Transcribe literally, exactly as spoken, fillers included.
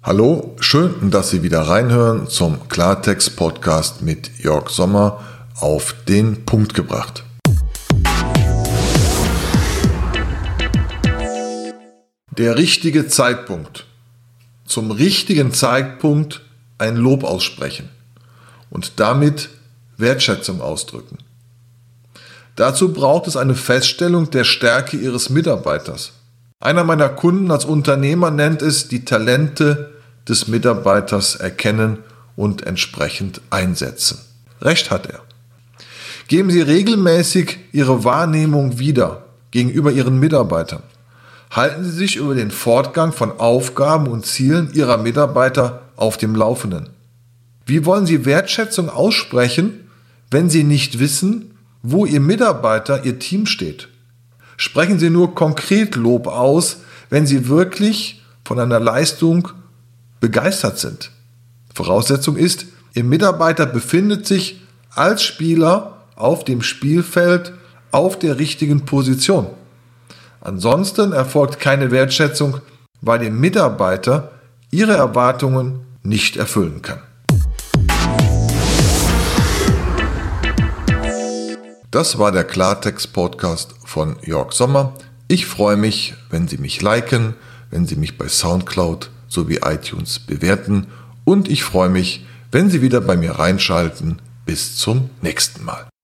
Hallo, schön, dass Sie wieder reinhören zum Klartext-Podcast mit Jörg Sommer auf den Punkt gebracht. Der richtige Zeitpunkt. Zum richtigen Zeitpunkt ein Lob aussprechen und damit Wertschätzung ausdrücken. Dazu braucht es eine Feststellung der Stärke Ihres Mitarbeiters. Einer meiner Kunden als Unternehmer nennt es die Talente des Mitarbeiters erkennen und entsprechend einsetzen. Recht hat er. Geben Sie regelmäßig Ihre Wahrnehmung wieder gegenüber Ihren Mitarbeitern. Halten Sie sich über den Fortgang von Aufgaben und Zielen Ihrer Mitarbeiter auf dem Laufenden. Wie wollen Sie Wertschätzung aussprechen, wenn Sie nicht wissen, wo Ihr Mitarbeiter, Ihr Team steht? Sprechen Sie nur konkret Lob aus, wenn Sie wirklich von einer Leistung begeistert sind. Voraussetzung ist, Ihr Mitarbeiter befindet sich als Spieler auf dem Spielfeld auf der richtigen Position. Ansonsten erfolgt keine Wertschätzung, weil Ihr Mitarbeiter Ihre Erwartungen nicht erfüllen kann. Das war der Klartext-Podcast von Jörg Sommer. Ich freue mich, wenn Sie mich liken, wenn Sie mich bei Soundcloud sowie iTunes bewerten und ich freue mich, wenn Sie wieder bei mir reinschalten. Bis zum nächsten Mal.